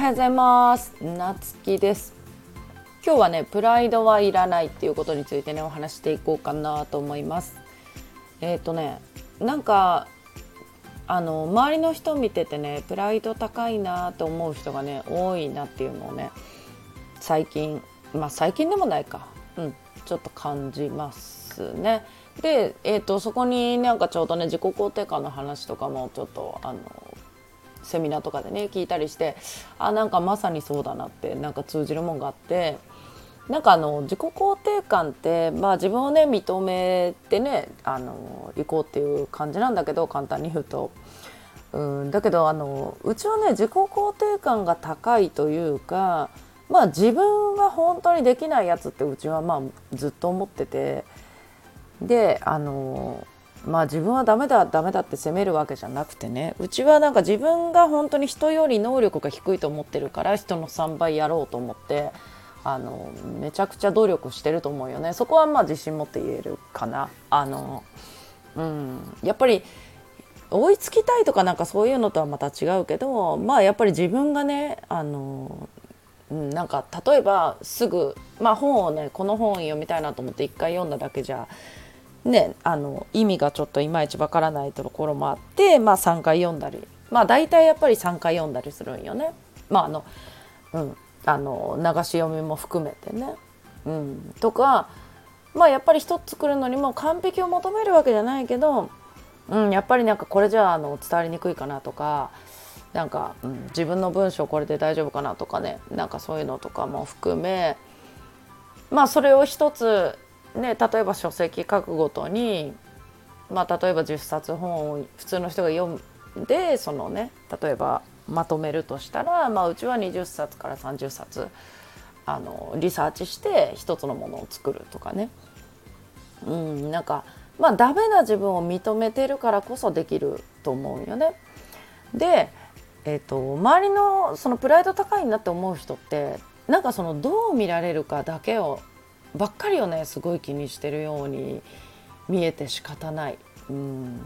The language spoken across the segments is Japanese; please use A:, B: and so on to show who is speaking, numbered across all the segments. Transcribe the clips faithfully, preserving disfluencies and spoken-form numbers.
A: ようございます。なつきです。今日はね、プライドはいらないっていうことについてね、お話していこうかなと思います。えっとね、なんかあの周りの人見ててね、プライド高いなと思う人がね、多いなっていうのをね、最近、まあ最近でもないか、うん、ちょっと感じますね。で、えーと、そこになんかちょうどね、自己肯定感の話とかもちょっとあのセミナーとかでね聞いたりして、あ、なんかまさにそうだなってなんか通じるもんがあって、なんかあの自己肯定感って、まあ、自分をね認めてねあの行こうっていう感じなんだけど、簡単に言うと、うんだけどあのうちはね、自己肯定感が高いというか、まあ自分は本当にできないやつってうちはまあずっと思ってて、であのまあ自分はダメだダメだって責めるわけじゃなくてね、うちはなんか自分が本当に人より能力が低いと思ってるから、人のさんばいやろうと思ってあのめちゃくちゃ努力してると思うよね。そこはまあ自信持って言えるかな。あの、うん、やっぱり追いつきたいとかなんかそういうのとはまた違うけど、まあやっぱり自分がね、あのうん、なんか例えばすぐ、まあ、本をね、この本読みたいなと思って一回読んだだけじゃね、あの意味がちょっといまいちわからないところもあって、まあ、さんかい読んだり、まあ大体やっぱりさんかい読んだりするんよね。まああの、うん、あの流し読みも含めてね、うん、とか、まあやっぱり一つ作るのにも完璧を求めるわけじゃないけど、うん、やっぱりなんかこれじゃあの伝わりにくいかなとか、なんか、うん、自分の文章これで大丈夫かなとかね、なんかそういうのとかも含め、まあそれを一つね、例えば書籍書くごとに、まあ例えばじゅっさつ本を普通の人が読んで、そのね、例えばまとめるとしたら、まあうちはにじゅっさつからさんじゅっさつあのリサーチして一つのものを作るとかね、うん、なんかまあダメな自分を認めてるからこそできると思うよね。で、えーと、周りのそのプライド高いなって思う人って、なんかそのどう見られるかだけをばっかりをね、すごい気にしてるように見えて仕方ない。うん、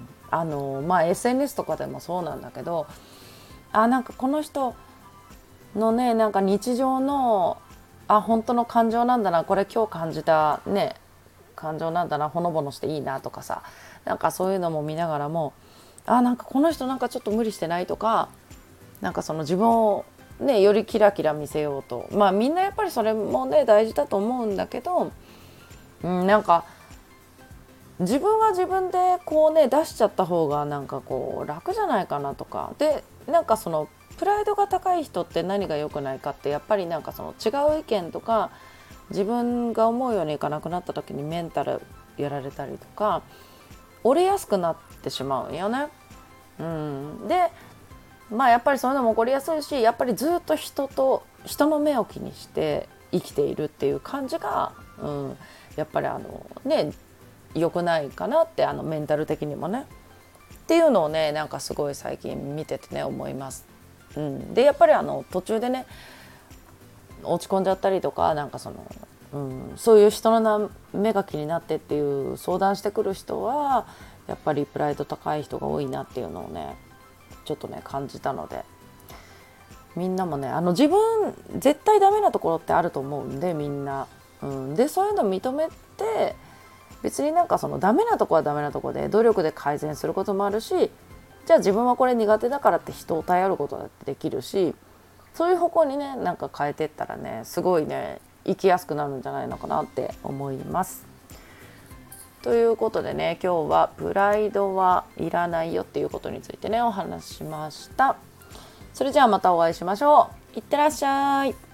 A: あのまあ エスエヌエス とかでもそうなんだけど、あ、なんかこの人のね、なんか日常のあ本当の感情なんだな、これ今日感じたね感情なんだな、ほのぼのしていいなとかさ、なんかそういうのも見ながらも、あ、なんかこの人なんかちょっと無理してないとか、なんかその自分をねよりキラキラ見せようと、まあみんなやっぱりそれもね大事だと思うんだけど、うん、なんか自分は自分でこうね出しちゃった方がなんかこう楽じゃないかなとかで、なんかそのプライドが高い人って何が良くないかって、やっぱりなんかその違う意見とか、自分が思うようにいかなくなった時にメンタルやられたりとか折れやすくなってしまうんよね。うん、でまあやっぱりそういうのも起こりやすいし、やっぱりずっと人と人の目を気にして生きているっていう感じが、うん、やっぱりあのね良くないかなって、あのメンタル的にもねっていうのをね、なんかすごい最近見ててね思います。うん、でやっぱりあの途中でね落ち込んじゃったりとか、なんかその、うん、そういう人の目が気になってっていう相談してくる人はやっぱりプライド高い人が多いなっていうのをねちょっとね感じたので、みんなもね、あの自分絶対ダメなところってあると思うんで、みんな、うん、でそういうの認めて、別になんかそのダメなところはダメなところで努力で改善することもあるし、じゃあ自分はこれ苦手だからって人を頼ることだってできるし、そういう方向にねなんか変えていったらね、すごいね生きやすくなるんじゃないのかなって思います。ということでね、今日はプライドはいらないよっていうことについてねお話ししました。それじゃあまたお会いしましょう。いってらっしゃい。